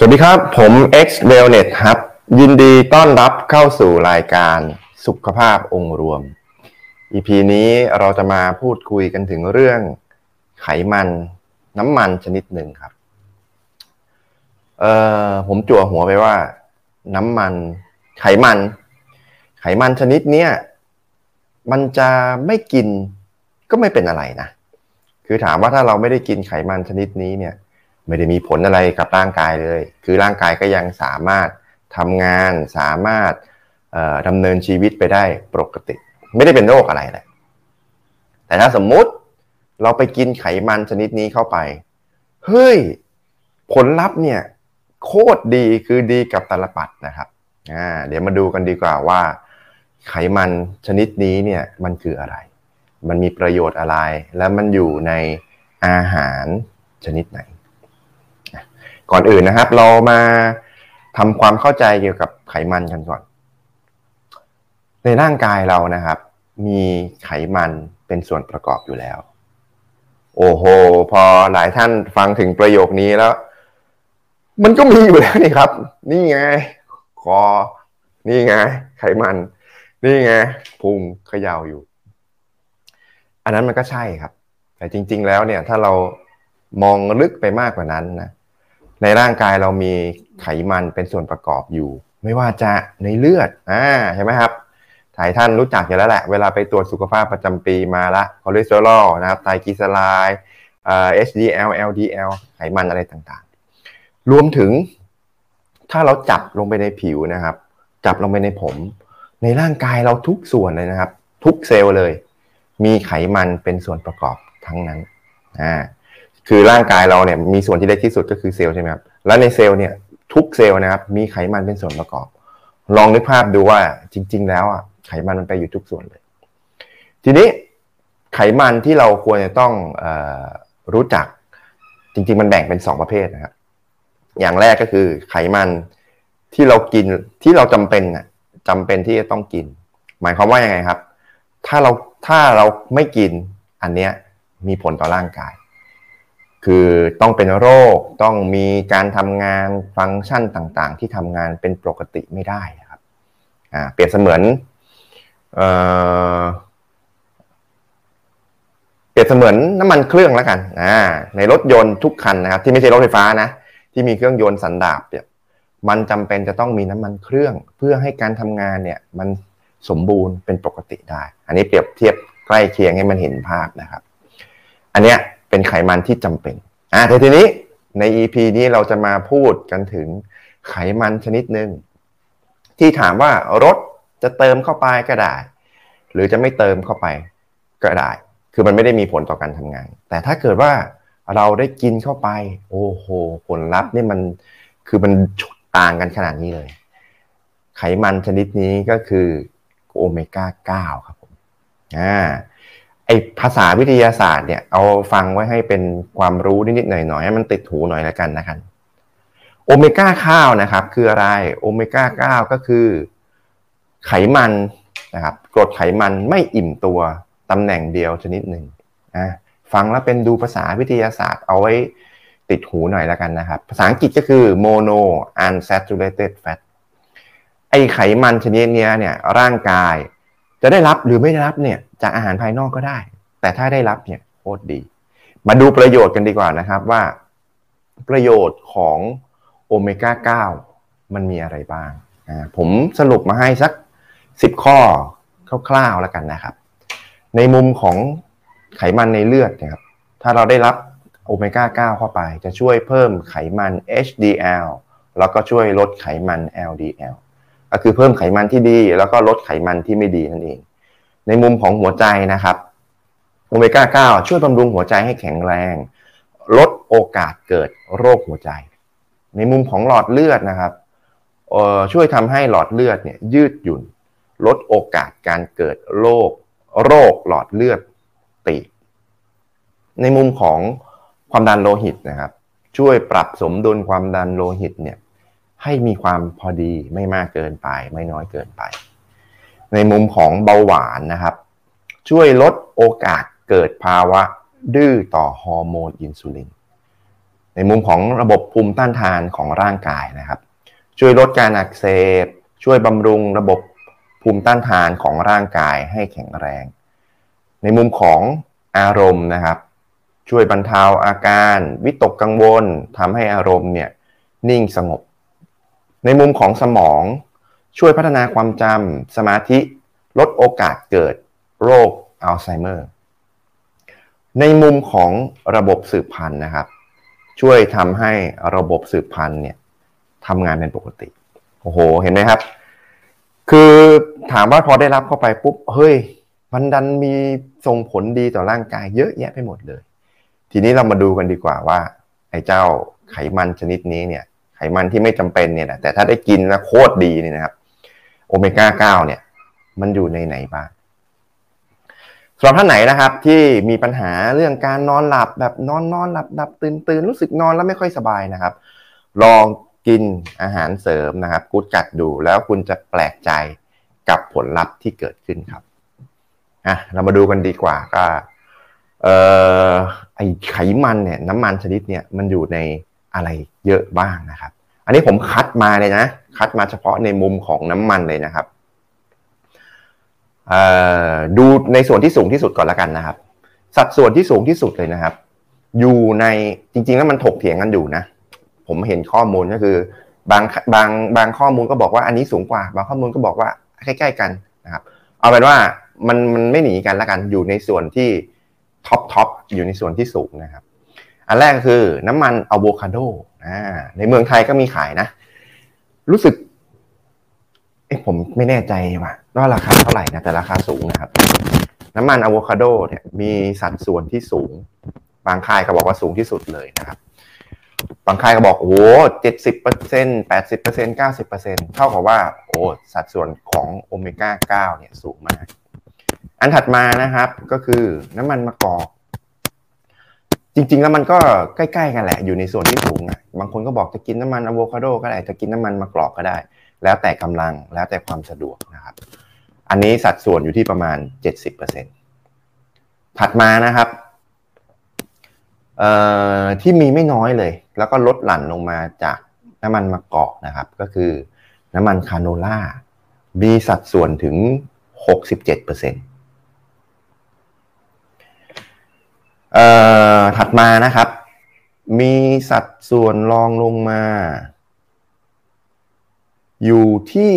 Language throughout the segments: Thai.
สวัสดีครับผม X Wellness ครับยินดีต้อนรับเข้าสู่รายการสุขภาพองค์รวม EP นี้เราจะมาพูดคุยกันถึงเรื่องไขมันน้ำมันชนิดหนึ่งครับผมจั่วหัวไปว่าน้ำมันไขมันชนิดเนี้ยมันจะไม่กินก็ไม่เป็นอะไรนะคือถามว่าถ้าเราไม่ได้กินไขมันชนิดนี้เนี่ยไม่ได้มีผลอะไรกับร่างกายเลยคือร่างกายก็ยังสามารถทำงานสามารถดำเนินชีวิตไปได้ปกติไม่ได้เป็นโรคอะไรเลยแต่ถ้าสมมุติเราไปกินไขมันชนิดนี้เข้าไปเฮ้ยผลลัพธ์เนี่ยโคตรดีคือดีกับตาลปัดนะครับเดี๋ยวมาดูกันดีกว่าว่าไขมันชนิดนี้เนี่ยมันคืออะไรมันมีประโยชน์อะไรและมันอยู่ในอาหารชนิดไหนก่อนอื่นนะครับเรามาทำความเข้าใจเกี่ยวกับไขมันกันก่อนในร่างกายเรานะครับมีไขมันเป็นส่วนประกอบอยู่แล้วโอ้โหพอหลายท่านฟังถึงประโยคนี้แล้วมันก็มีอยู่แล้วนี่ครับนี่ไงคอนี่ไงไขมันนี่ไงพุงเขย่าอยู่อันนั้นมันก็ใช่ครับแต่จริงๆแล้วเนี่ยถ้าเรามองลึกไปมากกว่านั้นนะในร่างกายเรามีไขมันเป็นส่วนประกอบอยู่ไม่ว่าจะในเลือดใช่ไหมครับหลายท่านรู้จักอยู่แล้วแหละเวลาไปตรวจสุขภาพประจำปีมาละคอเลสเตอรอลนะครับไตรกลีเซอไรด์HDL LDL ไขมันอะไรต่างๆรวมถึงถ้าเราจับลงไปในผิวนะครับจับลงไปในผมในร่างกายเราทุกส่วนเลยนะครับทุกเซลล์เลยมีไขมันเป็นส่วนประกอบทั้งนั้นคือร่างกายเราเนี่ยมีส่วนที่เล็กที่สุดก็คือเซลล์ใช่ไหมครับแล้วในเซลล์เนี่ยทุกเซลล์นะครับมีไขมันเป็นส่วนประกอบลองนึกภาพดูว่าจริงๆแล้วไขมันมันไปอยู่ทุกส่วนเลยทีนี้ไขมันที่เราควรจะต้องรู้จักจริงๆมันแบ่งเป็น2ประเภทนะครับอย่างแรกก็คือไขมันที่เรากินที่เราจำเป็นที่จะต้องกินหมายความว่ายังไงครับถ้าเราไม่กินอันเนี้ยมีผลต่อร่างกายคือต้องเป็นโรคต้องมีการทำงานฟังก์ชันต่างๆที่ทำงานเป็นปกติไม่ได้ครับเปรียบเสมือนน้ำมันเครื่องแล้วกันในรถยนต์ทุกคันนะครับที่ไม่ใช่รถไฟฟ้านะที่มีเครื่องยนต์สันดาปเนี่ยมันจำเป็นจะต้องมีน้ำมันเครื่องเพื่อให้การทำงานเนี่ยมันสมบูรณ์เป็นปกติได้อันนี้เปรียบเทียบใกล้เคียงให้มันเห็นภาพนะครับอันเนี้ยเป็นไขมันที่จำเป็นแต่ทีนี้ใน EP นี้เราจะมาพูดกันถึงไขมันชนิดหนึ่งที่ถามว่ารถจะเติมเข้าไปก็ได้หรือจะไม่เติมเข้าไปก็ได้คือมันไม่ได้มีผลต่อการทำงานแต่ถ้าเกิดว่าเราได้กินเข้าไปโอ้โหผลลัพธ์นี่มันคือมันต่างกันขนาดนี้เลยไขมันชนิดนี้ก็คือโอเมก้า 9ครับผมไอภาษาวิทยาศาสตร์เนี่ยเอาฟังไว้ให้เป็นความรู้นิดๆหน่อยๆให้มันติดหูหน่อยแล้วกันนะครับโอเมก้า 9นะครับคืออะไรโอเมก้า 9ก็คือไขมันนะครับกรดไขมันไม่อิ่มตัวตำแหน่งเดียวชนิดหนึ่งฟังแล้วเป็นดูภาษาวิทยาศาสตร์เอาไว้ติดหูหน่อยแล้วกันนะครับภาษาอังกฤษก็คือ mono unsaturated fat ไอไขมันชนิดนี้เนี่ยร่างกายจะได้รับหรือไม่ได้รับเนี่ยจากอาหารภายนอกก็ได้แต่ถ้าได้รับเนี่ยโคตรดีมาดูประโยชน์กันดีกว่านะครับว่าประโยชน์ของโอเมก้า 9มันมีอะไรบ้างผมสรุปมาให้สัก10ข้อคร่าวๆแล้วกันนะครับในมุมของไขมันในเลือดนะครับถ้าเราได้รับโอเมก้า 9เข้าไปจะช่วยเพิ่มไขมัน HDL แล้วก็ช่วยลดไขมัน LDL ก็คือเพิ่มไขมันที่ดีแล้วก็ลดไขมันที่ไม่ดีนั่นเองในมุมของหัวใจนะครับโอเมก้า 9ช่วยบำรุงหัวใจให้แข็งแรงลดโอกาสเกิดโรคหัวใจในมุมของหลอดเลือดนะครับช่วยทำให้หลอดเลือดเนี่ยยืดหยุ่นลดโอกาสการเกิดโรคหลอดเลือดตีบในมุมของความดันโลหิตนะครับช่วยปรับสมดุลความดันโลหิตเนี่ยให้มีความพอดีไม่มากเกินไปไม่น้อยเกินไปในมุมของเบาหวานนะครับช่วยลดโอกาสเกิดภาวะดื้อต่อฮอร์โมนอินซูลินในมุมของระบบภูมิต้านทานของร่างกายนะครับช่วยลดการอักเสบช่วยบำรุงระบบภูมิต้านทานของร่างกายให้แข็งแรงในมุมของอารมณ์นะครับช่วยบรรเทาอาการวิตกกังวลทำให้อารมณ์เนี่ยนิ่งสงบในมุมของสมองช่วยพัฒนาความจำสมาธิลดโอกาสเกิดโรคอัลไซเมอร์ในมุมของระบบสืบพันธุ์นะครับช่วยทำให้ระบบสืบพันธุ์เนี่ยทำงานเป็นปกติโอ้โหเห็นไหมครับคือถามว่าพอได้รับเข้าไปปุ๊บเฮ้ยมันดันมีส่งผลดีต่อร่างกายเยอะแยะไปหมดเลยทีนี้เรามาดูกันดีกว่าว่าไอ้เจ้าไขมันชนิดนี้เนี่ยไขมันที่ไม่จำเป็นเนี่ยนะแต่ถ้าได้กินแล้วโคตรดีเนี่ยนะครับโอเมก้า9เนี่ยมันอยู่ในไหนบ้างสำหรับท่านไหนนะครับที่มีปัญหาเรื่องการนอนหลับแบบนอนหลับตื่นรู้สึกนอนแล้วไม่ค่อยสบายนะครับลองกินอาหารเสริมนะครับกู๊ดกัดดูแล้วคุณจะแปลกใจกับผลลัพธ์ที่เกิดขึ้นครับเรามาดูกันดีกว่าก็ไอไขมันเนี่ยน้ำมันชนิดเนี่ยมันอยู่ในอะไรเยอะบ้างนะครับอันนี้ผมคัดมาเลยนะคัดมาเฉพาะในมุมของน้ำมันเลยนะครับดูในส่วนที่สูงที่สุดก่อนละกันนะครับสัดส่วนที่สูงที่สุดเลยนะครับอยู่ในจริงๆแล้วมันถกเถียงกันอยู่นะผมเห็นข้อมูลก็คือบางข้อมูลก็บอกว่าอันนี้สูงกว่าบางข้อมูลก็บอกว่าใกล้ๆกันนะครับเอาเป็นว่ามันไม่หนีกันละกันอยู่ในส่วนที่ท็อปอยู่ในส่วนที่สูงนะครับอันแรกก็คือน้ำมันอะโวคาโดในเมืองไทยก็มีขายนะรู้สึกผมไม่แน่ใจว่าราคาเท่าไหร่นะแต่ราคาสูงนะครับน้ำมันอะโวคาโดเนี่ยมีสัดส่วนที่สูงบางค่ายก็บอกว่าสูงที่สุดเลยนะครับบางค่ายก็บอกโอ้70% 80% 90% เท่ากับว่าโอ้สัดส่วนของโอเมก้า9เนี่ยสูงมากอันถัดมานะครับก็คือน้ำมันมะกอกจริงๆแล้วมันก็ใกล้ๆกันแหละอยู่ในส่วนที่สูงบางคนก็บอกจะกินน้ำมันอะโวคาโดก็ได้จะกินน้ำมันมะกอกก็ได้แล้วแต่กำลังแล้วแต่ความสะดวกนะครับอันนี้สัดส่วนอยู่ที่ประมาณ 70% ถัดมานะครับที่มีไม่น้อยเลยแล้วก็ลดหลั่นลงมาจากน้ำมันมะกอกนะครับก็คือน้ำมันคาโนล่ามีสัดส่วนถึง 67%ถัดมานะครับมีสัดส่วนรองลงมาอยู่ที่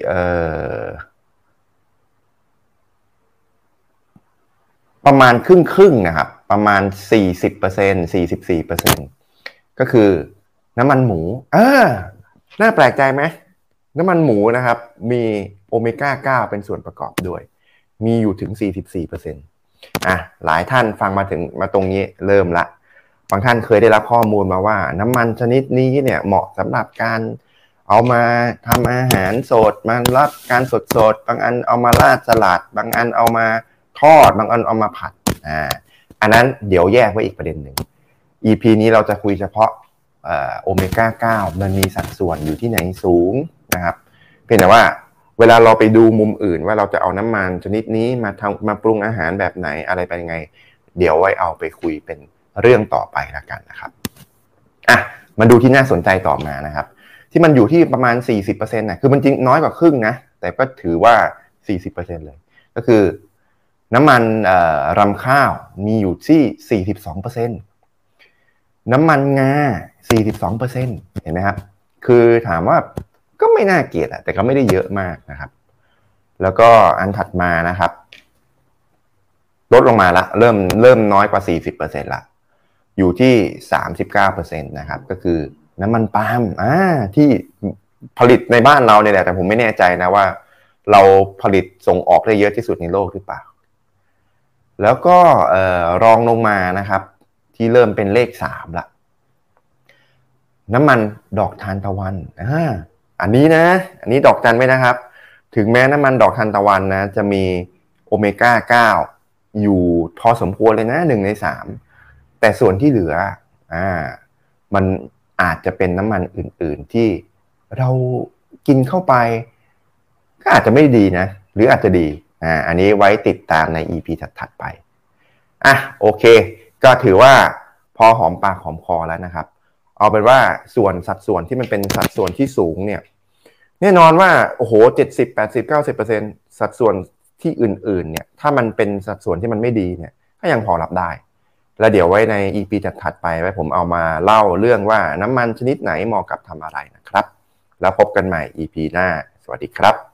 ประมาณครึ่งนะครับประมาณ 40% 44% ก็คือน้ำมันหมูน่าแปลกใจไหมน้ำมันหมูนะครับมีโอเมก้า9เป็นส่วนประกอบด้วยมีอยู่ถึง 44%หลายท่านฟังมาตรงนี้เริ่มละบางท่านเคยได้รับข้อมูลมาว่าน้ำมันชนิดนี้เนี่ยเหมาะสำหรับการเอามาทำอาหารสดมารับการสดบางอันเอามาราดสลัดบางอันเอามาทอดบางอันเอามาผัดอันนั้นเดี๋ยวแยกไว้อีกประเด็นหนึ่ง EP นี้เราจะคุยเฉพาะโอเมก้า9มันมีสัดส่วนอยู่ที่ไหนสูงนะครับเพียงแต่ว่าเวลาเราไปดูมุมอื่นว่าเราจะเอาน้ำมันชนิดนี้มาปรุงอาหารแบบไหนอะไรเป็นยังไงเดี๋ยวไว้เอาไปคุยเป็นเรื่องต่อไปละกันนะครับมาดูที่น่าสนใจต่อมานะครับที่มันอยู่ที่ประมาณ 40% นะคือมันจริงน้อยกว่าครึ่งนะแต่ก็ถือว่า 40% เลยก็คือน้ำมันรำข้าวมีอยู่ที่ 42% น้ำมันงา 42% เห็นไหมครับคือถามว่าก็ไม่น่าเกลียดแต่ก็ไม่ได้เยอะมากนะครับแล้วก็อันถัดมานะครับลดลงมาละเริ่มน้อยกว่า 40% ละอยู่ที่ 39% นะครับก็คือน้ำมันปาล์มที่ผลิตในบ้านเราเนี่ยแหละแต่ผมไม่แน่ใจนะว่าเราผลิตส่งออกได้เยอะที่สุดในโลกหรือเปล่าแล้วก็รองลงมานะครับที่เริ่มเป็นเลข3ละน้ำมันดอกทานตะวันอันนี้ดอกจันไว้นะครับถึงแม้น้ำมันดอกทานตะวันนะจะมีโอเมก้า9อยู่พอสมควรเลยนะ1 ใน 3แต่ส่วนที่เหลือมันอาจจะเป็นน้ำมันอื่นๆที่เรากินเข้าไปก็อาจจะไม่ดีนะหรืออาจจะดีอันนี้ไว้ติดตามใน EP ถัดๆไปโอเคก็ถือว่าพอหอมปากหอมคอแล้วนะครับเอาเป็นว่าสัดส่วนที่มันเป็นสัดส่วนที่สูงเนี่ยแน่นอนว่าโอ้โห70 80 90%สัดส่วนที่อื่นๆเนี่ยถ้ามันเป็นสัดส่วนที่มันไม่ดีเนี่ยก็ยังพอรับได้แล้วเดี๋ยวไว้ใน EP ถัดไปไว้ผมเอามาเล่าเรื่องว่าน้ำมันชนิดไหนเหมาะกับทำอะไรนะครับแล้วพบกันใหม่ EP หน้าสวัสดีครับ